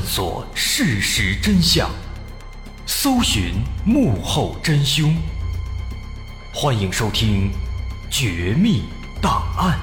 索事实真相，搜寻幕后真凶。欢迎收听《绝密档案》。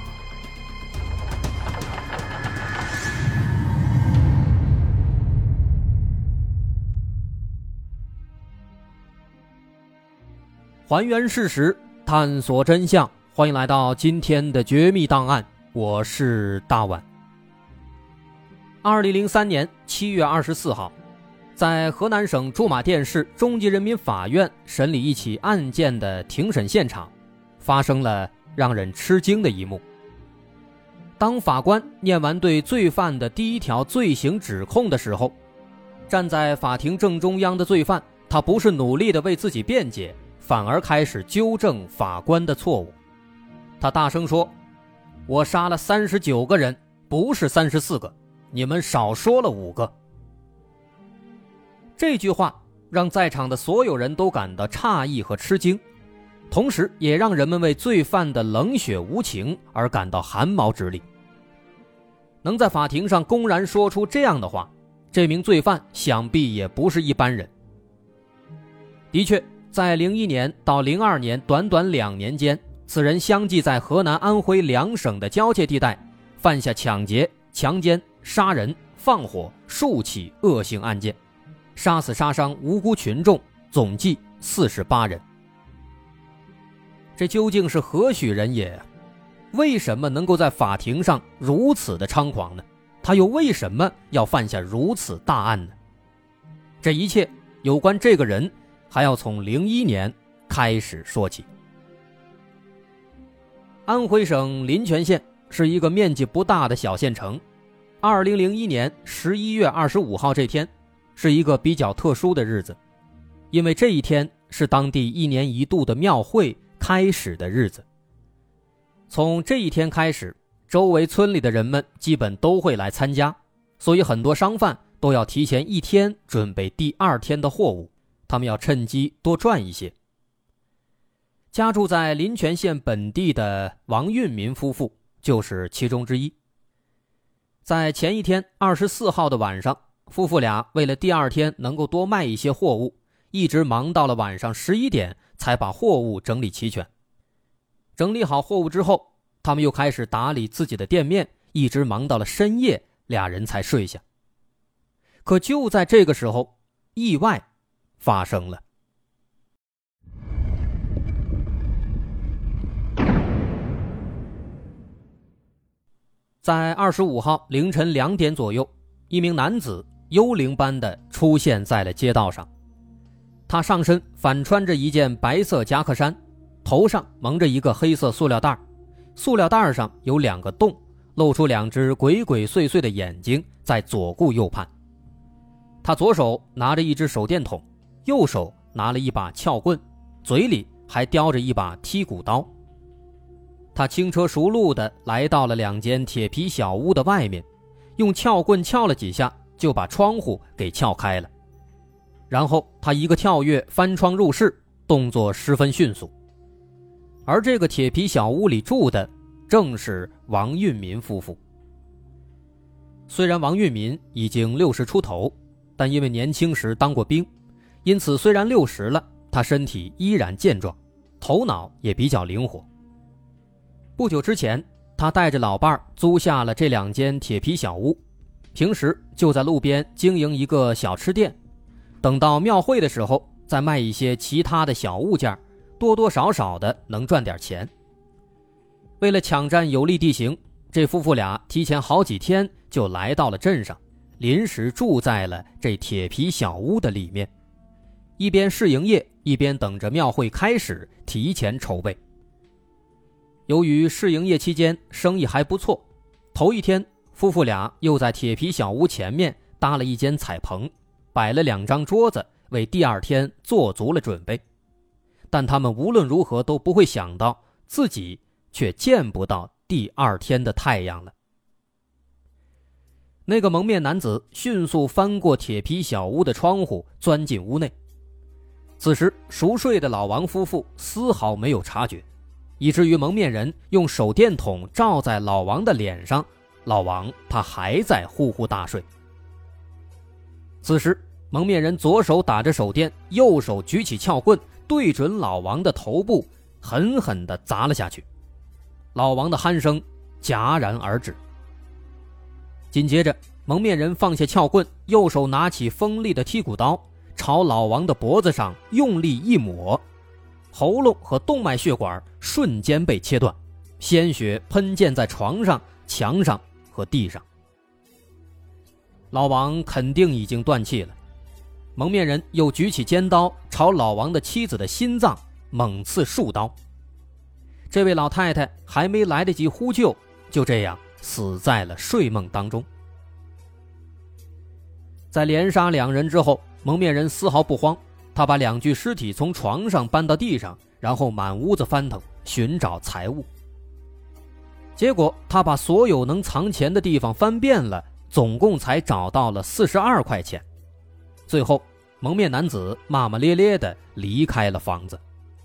还原事实，探索真相，欢迎来到今天的绝密档案，我是大碗。2003年7月24号，在河南省驻马店市中级人民法院审理一起案件的庭审现场，发生了让人吃惊的一幕。当法官念完对罪犯的第一条罪行指控的时候，站在法庭正中央的罪犯，他不是努力地为自己辩解，反而开始纠正法官的错误。他大声说，我杀了39个人，不是34个，你们少说了5个。这句话让在场的所有人都感到诧异和吃惊，同时也让人们为罪犯的冷血无情而感到汗毛直立。能在法庭上公然说出这样的话，这名罪犯想必也不是一般人。的确，在01年到02年短短2年间，此人相继在河南、安徽2省的交界地带犯下抢劫、强奸、杀人、放火数起恶性案件，杀死杀伤无辜群众，总计48人。这究竟是何许人也？为什么能够在法庭上如此的猖狂呢？他又为什么要犯下如此大案呢？这一切有关这个人，还要从01年开始说起。安徽省临泉县是一个面积不大的小县城。2001年11月25号这天是一个比较特殊的日子，因为这一天是当地1年1度的庙会开始的日子。从这一天开始，周围村里的人们基本都会来参加，所以很多商贩都要提前1天准备第2天的货物，他们要趁机多赚一些。家住在临泉县本地的王运民夫妇就是其中之一。在前一天24号的晚上，夫妇俩为了第2天能够多卖一些货物，一直忙到了晚上11点才把货物整理齐全。整理好货物之后，他们又开始打理自己的店面，一直忙到了深夜，俩人才睡下。可就在这个时候，意外发生了。在25号凌晨2点左右，一名男子幽灵般的出现在了街道上。他上身反穿着一件白色夹克衫，头上蒙着一个黑色塑料袋，塑料袋上有2个洞，露出2只鬼鬼祟祟的眼睛，在左顾右盼。他左手拿着一只手电筒，右手拿了一把撬棍，嘴里还叼着一把剔骨刀。他轻车熟路地来到了2间铁皮小屋的外面，用撬棍撬了几下，就把窗户给撬开了。然后他一个跳跃翻窗入室，动作十分迅速。而这个铁皮小屋里住的正是王运民夫妇。虽然王运民已经60出头，但因为年轻时当过兵，因此虽然60了，他身体依然健壮，头脑也比较灵活。不久之前，他带着老伴租下了这2间铁皮小屋，平时就在路边经营一个小吃店，等到庙会的时候再卖一些其他的小物件，多多少少的能赚点钱。为了抢占有利地形，这夫妇俩提前好几天就来到了镇上，临时住在了这铁皮小屋的里面，一边试营业，一边等着庙会开始提前筹备。由于试营业期间生意还不错，头一天夫妇俩又在铁皮小屋前面搭了一间彩棚，摆了2张桌子，为第2天做足了准备。但他们无论如何都不会想到，自己却见不到第2天的太阳了。那个蒙面男子迅速翻过铁皮小屋的窗户，钻进屋内。此时熟睡的老王夫妇丝毫没有察觉，以至于蒙面人用手电筒照在老王的脸上，老王他还在呼呼大睡。 此时蒙面人左手打着手电，右手举起撬棍，对准老王的头部狠狠地砸了下去。老王的鼾声戛然而止。紧接着蒙面人放下撬棍，右手拿起锋利的剔骨刀，朝老王的脖子上用力一抹，喉咙和动脉血管瞬间被切断，鲜血喷溅在床上、墙上和地上。老王肯定已经断气了。蒙面人又举起尖刀，朝老王的妻子的心脏猛刺数刀。这位老太太还没来得及呼救，就这样死在了睡梦当中。在连杀2人之后，蒙面人丝毫不慌，他把2具尸体从床上搬到地上，然后满屋子翻腾，寻找财物。结果他把所有能藏钱的地方翻遍了，总共才找到了42块钱。最后蒙面男子骂骂咧咧地离开了房子。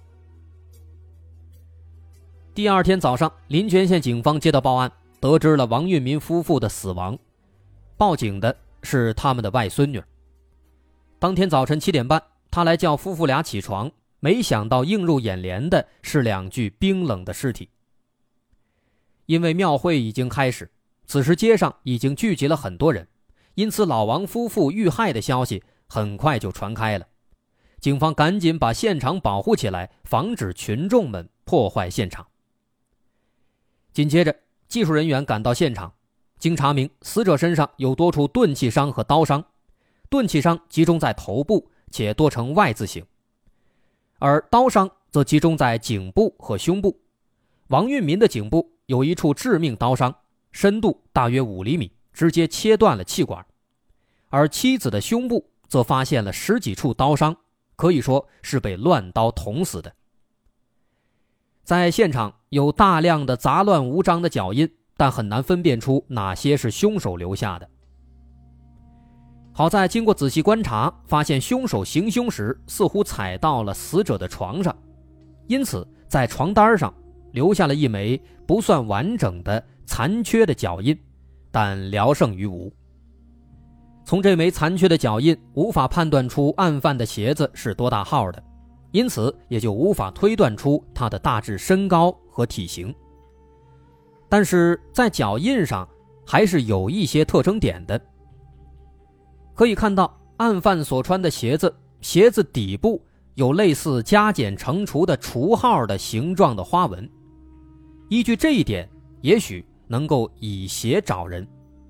第二天早上，临泉县警方接到报案，得知了王运民夫妇的死亡。报警的是他们的外孙女。当天早晨7点半，他来叫夫妇俩起床，没想到映入眼帘的是2具冰冷的尸体。因为庙会已经开始，此时街上已经聚集了很多人，因此老王夫妇遇害的消息很快就传开了。警方赶紧把现场保护起来，防止群众们破坏现场。紧接着技术人员赶到现场，经查明死者身上有多处钝器伤和刀伤，钝器伤集中在头部且多呈 Y 字形，而刀伤则集中在颈部和胸部。王运民的颈部有一处致命刀伤，深度大约5厘米，直接切断了气管，而妻子的胸部则发现了10几处刀伤，可以说是被乱刀捅死的。在现场有大量的杂乱无章的脚印，但很难分辨出哪些是凶手留下的。好在经过仔细观察，发现凶手行凶时似乎踩到了死者的床上，因此在床单上留下了一枚不算完整的残缺的脚印，但聊胜于无。从这枚残缺的脚印无法判断出案犯的鞋子是多大号的，因此也就无法推断出他的大致身高和体型。但是在脚印上还是有一些特征点的。可以看到案犯所穿的鞋子底部有类似加减乘除的除号的形状的花纹，依据这一点也许能够以鞋找人。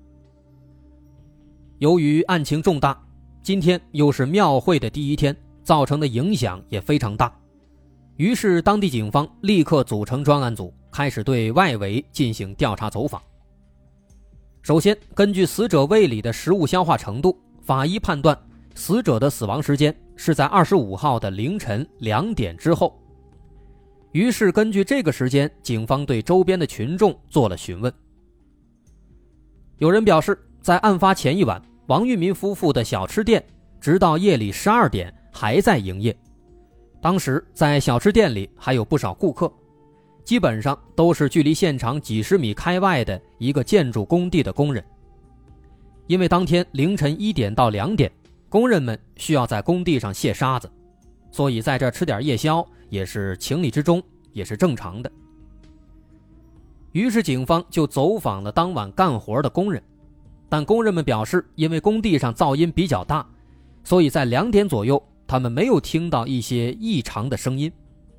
由于案情重大，今天又是庙会的第一天，造成的影响也非常大，于是当地警方立刻组成专案组，开始对外围进行调查走访。首先根据死者胃里的食物消化程度，法医判断死者的死亡时间是在25号的凌晨2点之后。于是根据这个时间，警方对周边的群众做了询问。有人表示，在案发前一晚，王运民夫妇的小吃店直到夜里12点还在营业。当时在小吃店里还有不少顾客，基本上都是距离现场几十米开外的一个建筑工地的工人。因为当天凌晨1点到2点，工人们需要在工地上卸沙子，所以在这吃点夜宵也是情理之中，也是正常的。于是警方就走访了当晚干活的工人，但工人们表示，因为工地上噪音比较大，所以在2点左右他们没有听到一些异常的声音。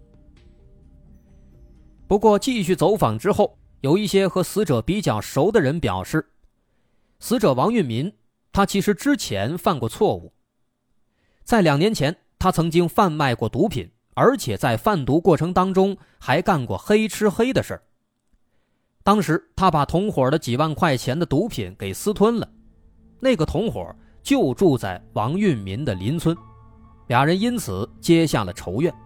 不过继续走访之后，有一些和死者比较熟的人表示，死者王运民他其实之前犯过错误。在2年前，他曾经贩卖过毒品，而且在贩毒过程当中还干过黑吃黑的事儿。当时他把同伙的几万块钱的毒品给私吞了，那个同伙就住在王运民的邻村，俩人因此结下了仇怨。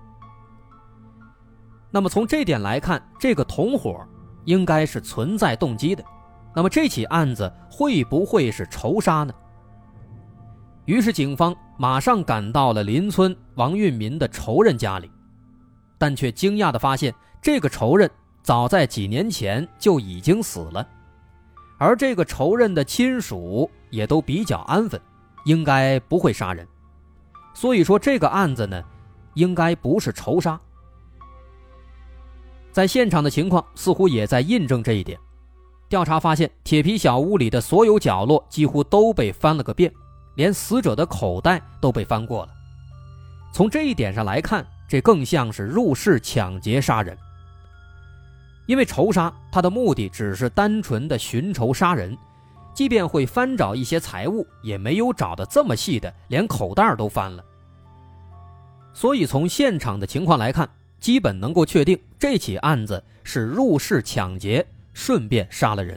那么从这点来看，这个同伙应该是存在动机的，那么这起案子会不会是仇杀呢？于是警方马上赶到了邻村王运民的仇人家里，但却惊讶地发现，这个仇人早在几年前就已经死了，而这个仇人的亲属也都比较安分， 应该不会杀人，所以说这个案子呢，应该不是仇杀。在现场的情况似乎也在印证这一点。调查发现，铁皮小屋里的所有角落几乎都被翻了个遍，连死者的口袋都被翻过了。从这一点上来看，这更像是入室抢劫杀人。因为仇杀，它的目的只是单纯的寻仇杀人，即便会翻找一些财物，也没有找得这么细的，连口袋都翻了。所以从现场的情况来看，基本能够确定这起案子是入室抢劫，顺便杀了人。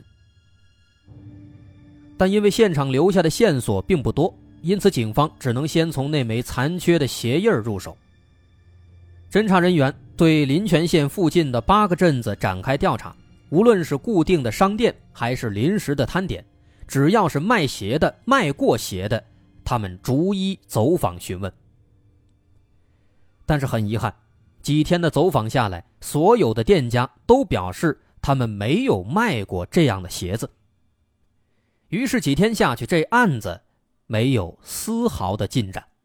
但因为现场留下的线索并不多，因此警方只能先从那枚残缺的鞋印入手。侦查人员对临泉县附近的8个镇子展开调查，无论是固定的商店还是临时的摊点，只要是卖鞋的、卖过鞋的，他们逐一走访询问。但是很遗憾，几天的走访下来，所有的店家都表示他们没有卖过这样的鞋子。于是几天下去，这案子没有丝毫的进展。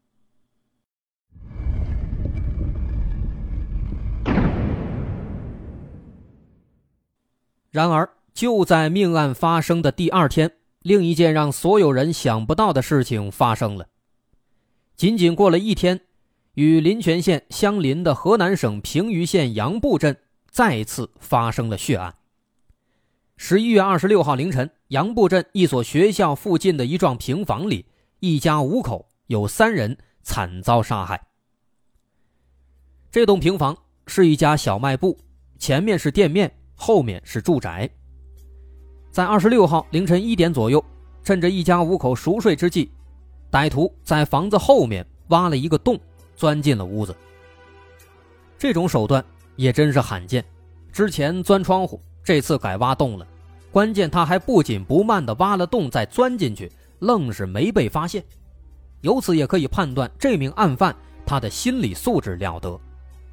然而就在命案发生的第2天，另一件让所有人想不到的事情发生了。仅仅过了1天，与临泉县相邻的河南省平舆县杨埠镇再次发生了血案。11月26号凌晨，杨埠镇一所学校附近的一幢平房里，一家5口有3人惨遭杀害。这栋平房是一家小卖部，前面是店面，后面是住宅。在26号凌晨1点左右，趁着一家5口熟睡之际，歹徒在房子后面挖了一个洞，钻进了屋子。这种手段也真是罕见，之前钻窗户，这次改挖洞了。关键他还不紧不慢地挖了洞再钻进去，愣是没被发现。由此也可以判断这名案犯他的心理素质了得。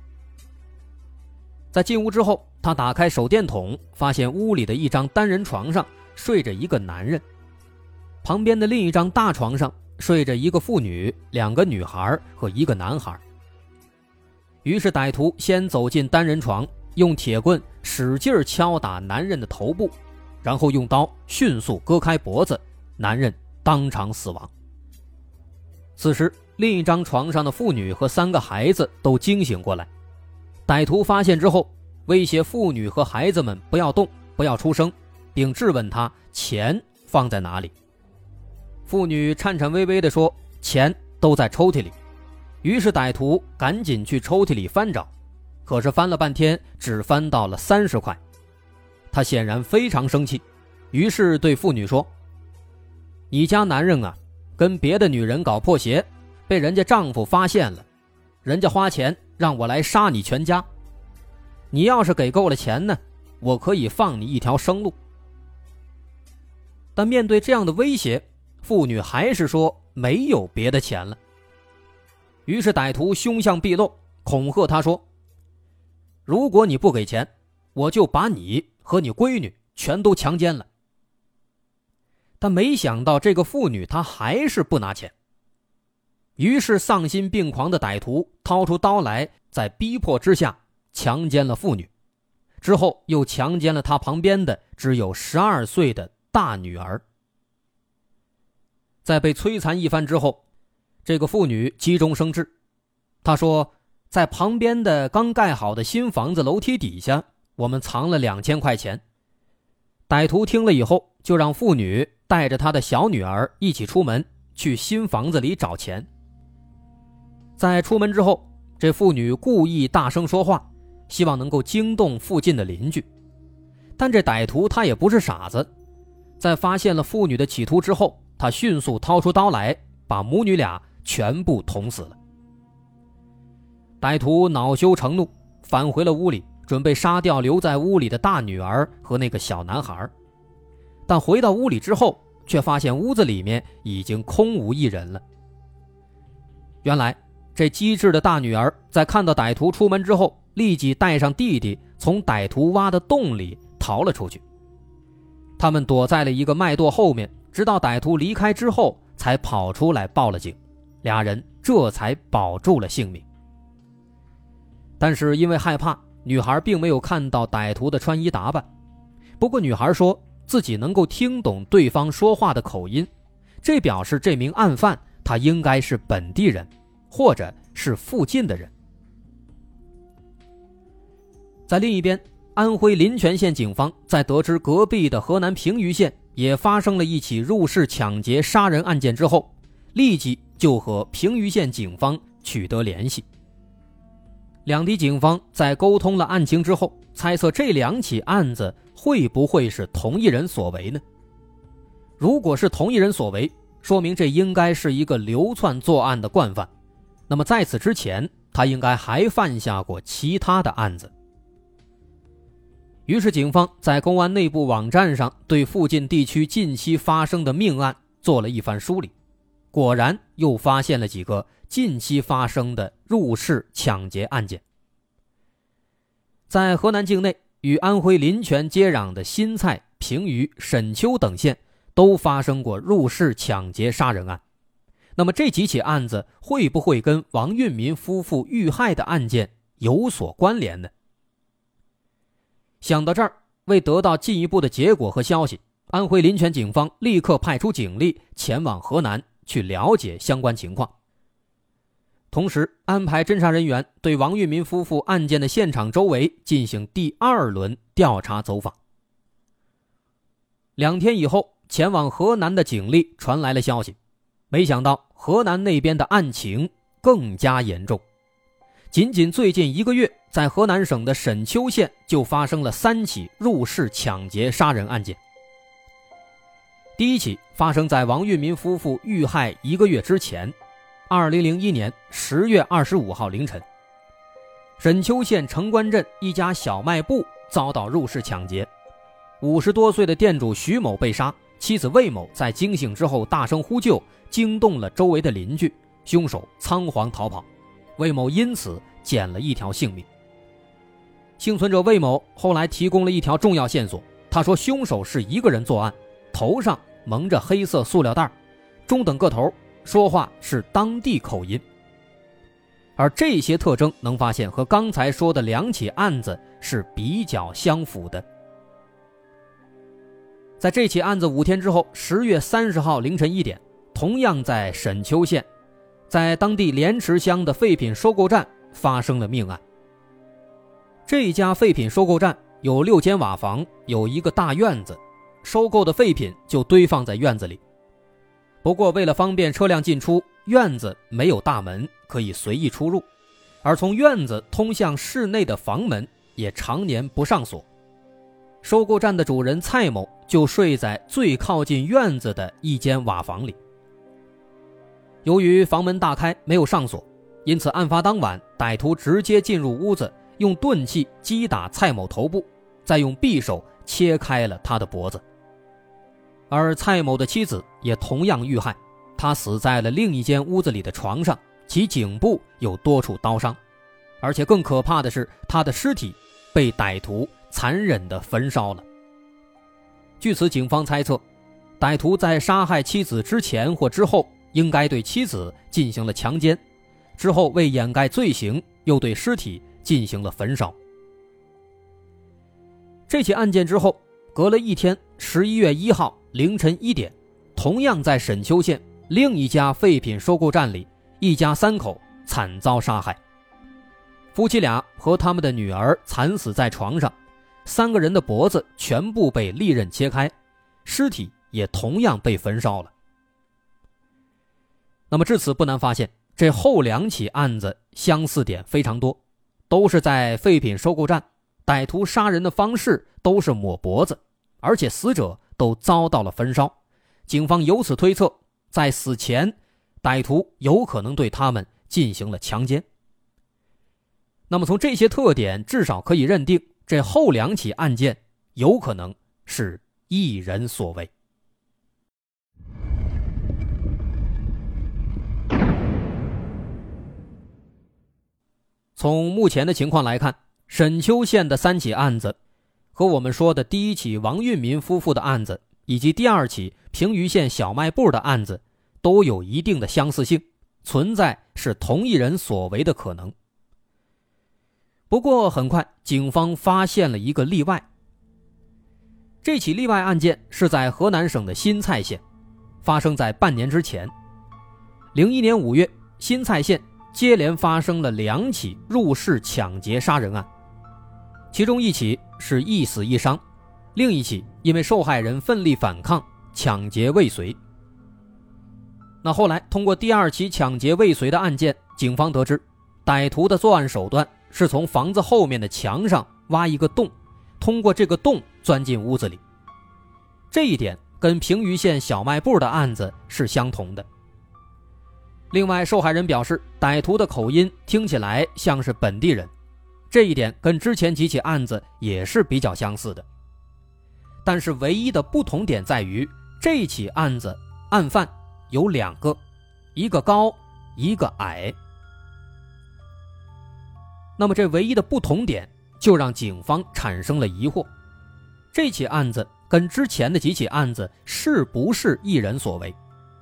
在进屋之后，他打开手电筒，发现屋里的一张单人床上睡着一个男人，旁边的另一张大床上睡着一个妇女、2个女孩和1个男孩。于是歹徒先走进单人床，用铁棍使劲敲打男人的头部，然后用刀迅速割开脖子，男人当场死亡。此时另一张床上的妇女和3个孩子都惊醒过来，歹徒发现之后，威胁妇女和孩子们不要动，不要出声，并质问他钱放在哪里。妇女颤颤巍巍地说钱都在抽屉里。于是歹徒赶紧去抽屉里翻找，可是翻了半天只翻到了30块。他显然非常生气，于是对妇女说，你家男人啊，跟别的女人搞破鞋，被人家丈夫发现了，人家花钱让我来杀你全家，你要是给够了钱呢，我可以放你一条生路。但面对这样的威胁，妇女还是说没有别的钱了。于是歹徒凶相毕露，恐吓他说，如果你不给钱，我就把你和你闺女全都强奸了。但没想到这个妇女她还是不拿钱。于是丧心病狂的歹徒掏出刀来，在逼迫之下强奸了妇女，之后又强奸了她旁边的只有12岁的大女儿。在被摧残一番之后，这个妇女急中生智，她说，在旁边的刚盖好的新房子楼梯底下，我们藏了2000块钱。歹徒听了以后，就让妇女带着她的小女儿一起出门，去新房子里找钱。在出门之后，这妇女故意大声说话，希望能够惊动附近的邻居。但这歹徒他也不是傻子，在发现了妇女的企图之后，他迅速掏出刀来，把母女俩全部捅死了。歹徒恼羞成怒，返回了屋里，准备杀掉留在屋里的大女儿和那个小男孩。但回到屋里之后，却发现屋子里面已经空无一人了。原来这机智的大女儿在看到歹徒出门之后，立即带上弟弟从歹徒挖的洞里逃了出去。他们躲在了一个麦垛后面，直到歹徒离开之后才跑出来报了警，俩人这才保住了性命。但是因为害怕，女孩并没有看到歹徒的穿衣打扮。不过女孩说自己能够听懂对方说话的口音，这表示这名案犯他应该是本地人，或者是附近的人。在另一边，安徽临泉县警方在得知隔壁的河南平舆县也发生了一起入室抢劫杀人案件之后，立即就和平舆县警方取得联系。两地警方在沟通了案情之后，猜测这两起案子会不会是同一人所为呢？如果是同一人所为，说明这应该是一个流窜作案的惯犯，那么在此之前他应该还犯下过其他的案子。于是警方在公安内部网站上对附近地区近期发生的命案做了一番梳理，果然又发现了几个近期发生的入室抢劫案件。在河南境内与安徽临泉接壤的新蔡、平舆、沈丘等县都发生过入室抢劫杀人案。那么这几起案子会不会跟王运民夫妇遇害的案件有所关联呢？想到这儿，为得到进一步的结果和消息，安徽临泉警方立刻派出警力前往河南去了解相关情况，同时安排侦查人员对王运民夫妇案件的现场周围进行第二轮调查走访。2天以后，前往河南的警力传来了消息，没想到河南那边的案情更加严重。仅仅最近1个月，在河南省的沈丘县就发生了3起入室抢劫杀人案件。第一起发生在王运民夫妇遇害1个月之前，2001年10月25号凌晨，沈丘县城关镇一家小卖部遭到入室抢劫，50多岁的店主徐某被杀，妻子魏某在惊醒之后大声呼救，惊动了周围的邻居，凶手仓皇逃跑，魏某因此捡了一条性命。幸存者魏某后来提供了一条重要线索，他说凶手是一个人作案，头上蒙着黑色塑料袋，中等个头，说话是当地口音。而这些特征能发现和刚才说的2起案子是比较相符的。在这起案子5天之后，10月30号凌晨1点，同样在沈丘县，在当地莲池乡的废品收购站发生了命案。这家废品收购站有6间瓦房，有一个大院子，收购的废品就堆放在院子里。不过为了方便车辆进出，院子没有大门可以随意出入，而从院子通向室内的房门也常年不上锁。收购站的主人蔡某就睡在最靠近院子的一间瓦房里。由于房门大开没有上锁，因此案发当晚歹徒直接进入屋子，用钝器击打蔡某头部，再用匕首切开了他的脖子。而蔡某的妻子也同样遇害，她死在了另一间屋子里的床上，其颈部有多处刀伤，而且更可怕的是，她的尸体被歹徒残忍地焚烧了。据此，警方猜测，歹徒在杀害妻子之前或之后，应该对妻子进行了强奸，之后为掩盖罪行，又对尸体进行了焚烧。这起案件之后，隔了1天，11月1号凌晨1点，同样在沈丘县另一家废品收购站里，一家3口惨遭杀害。夫妻俩和他们的女儿惨死在床上，3个人的脖子全部被利刃切开，尸体也同样被焚烧了。那么至此不难发现，这后2起案子相似点非常多，都是在废品收购站，歹徒杀人的方式都是抹脖子，而且死者都遭到了焚烧。警方由此推测，在死前歹徒有可能对他们进行了强奸。那么从这些特点，至少可以认定这后2起案件有可能是一人所为。从目前的情况来看，沈丘县的3起案子和我们说的第1起王运民夫妇的案子，以及第2起平舆县小卖部的案子， 都有一定的相似性，存在是同一人所为的可能。不过很快警方发现了一个例外。这起例外案件是在河南省的新蔡县，发生在半年之前。01年5月，新蔡县接连发生了2起入室抢劫杀人案，其中一起是一死一伤，另一起因为受害人奋力反抗，抢劫未遂。那后来通过第2起抢劫未遂的案件，警方得知歹徒的作案手段是从房子后面的墙上挖一个洞，通过这个洞钻进屋子里。这一点跟平舆县小卖部的案子是相同的。另外，受害人表示歹徒的口音听起来像是本地人，这一点跟之前几起案子也是比较相似的。但是唯一的不同点在于，这起案子案犯有2个，一个高，一个矮。那么这唯一的不同点就让警方产生了疑惑，这起案子跟之前的几起案子是不是一人所为？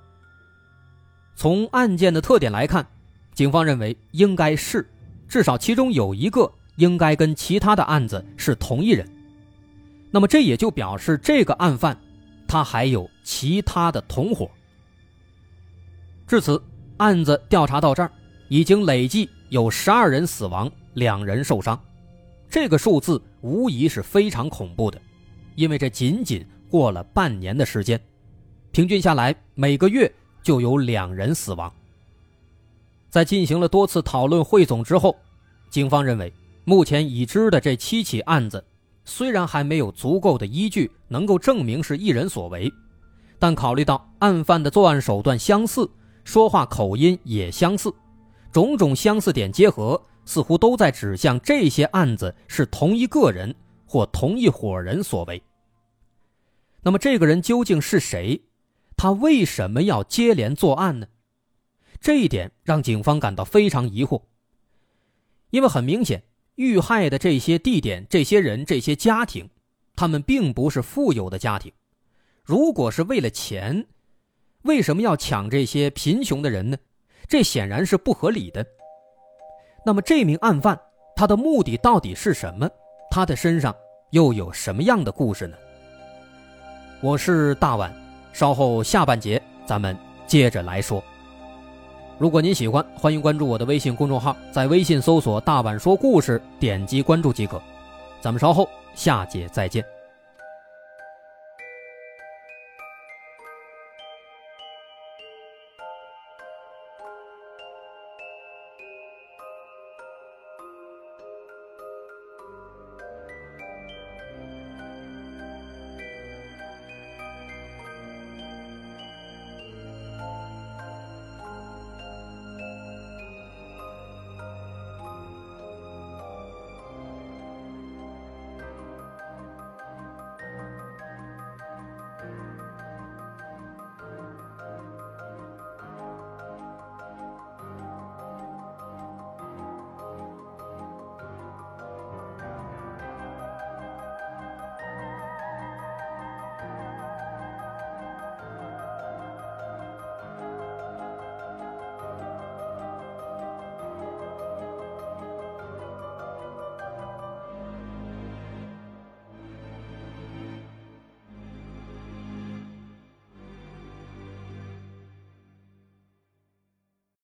从案件的特点来看，警方认为应该是，至少其中有一个应该跟其他的案子是同一人。那么这也就表示这个案犯他还有其他的同伙。至此，案子调查到这儿，已经累计有12人死亡，2人受伤。这个数字无疑是非常恐怖的，因为这仅仅过了半年的时间，平均下来每个月就有2人死亡。在进行了多次讨论汇总之后，警方认为目前已知的这7起案子虽然还没有足够的依据能够证明是一人所为，但考虑到案犯的作案手段相似，说话口音也相似，种种相似点结合，似乎都在指向这些案子是同一个人或同一伙人所为。那么这个人究竟是谁？他为什么要接连作案呢？这一点让警方感到非常疑惑。因为很明显，遇害的这些地点、这些人、这些家庭，他们并不是富有的家庭。如果是为了钱，为什么要抢这些贫穷的人呢？这显然是不合理的。那么这名案犯，他的目的到底是什么？他的身上又有什么样的故事呢？我是大碗，稍后下半节咱们接着来说。如果您喜欢，欢迎关注我的微信公众号，在微信搜索大碗说故事，点击关注即可。咱们稍后下节再见。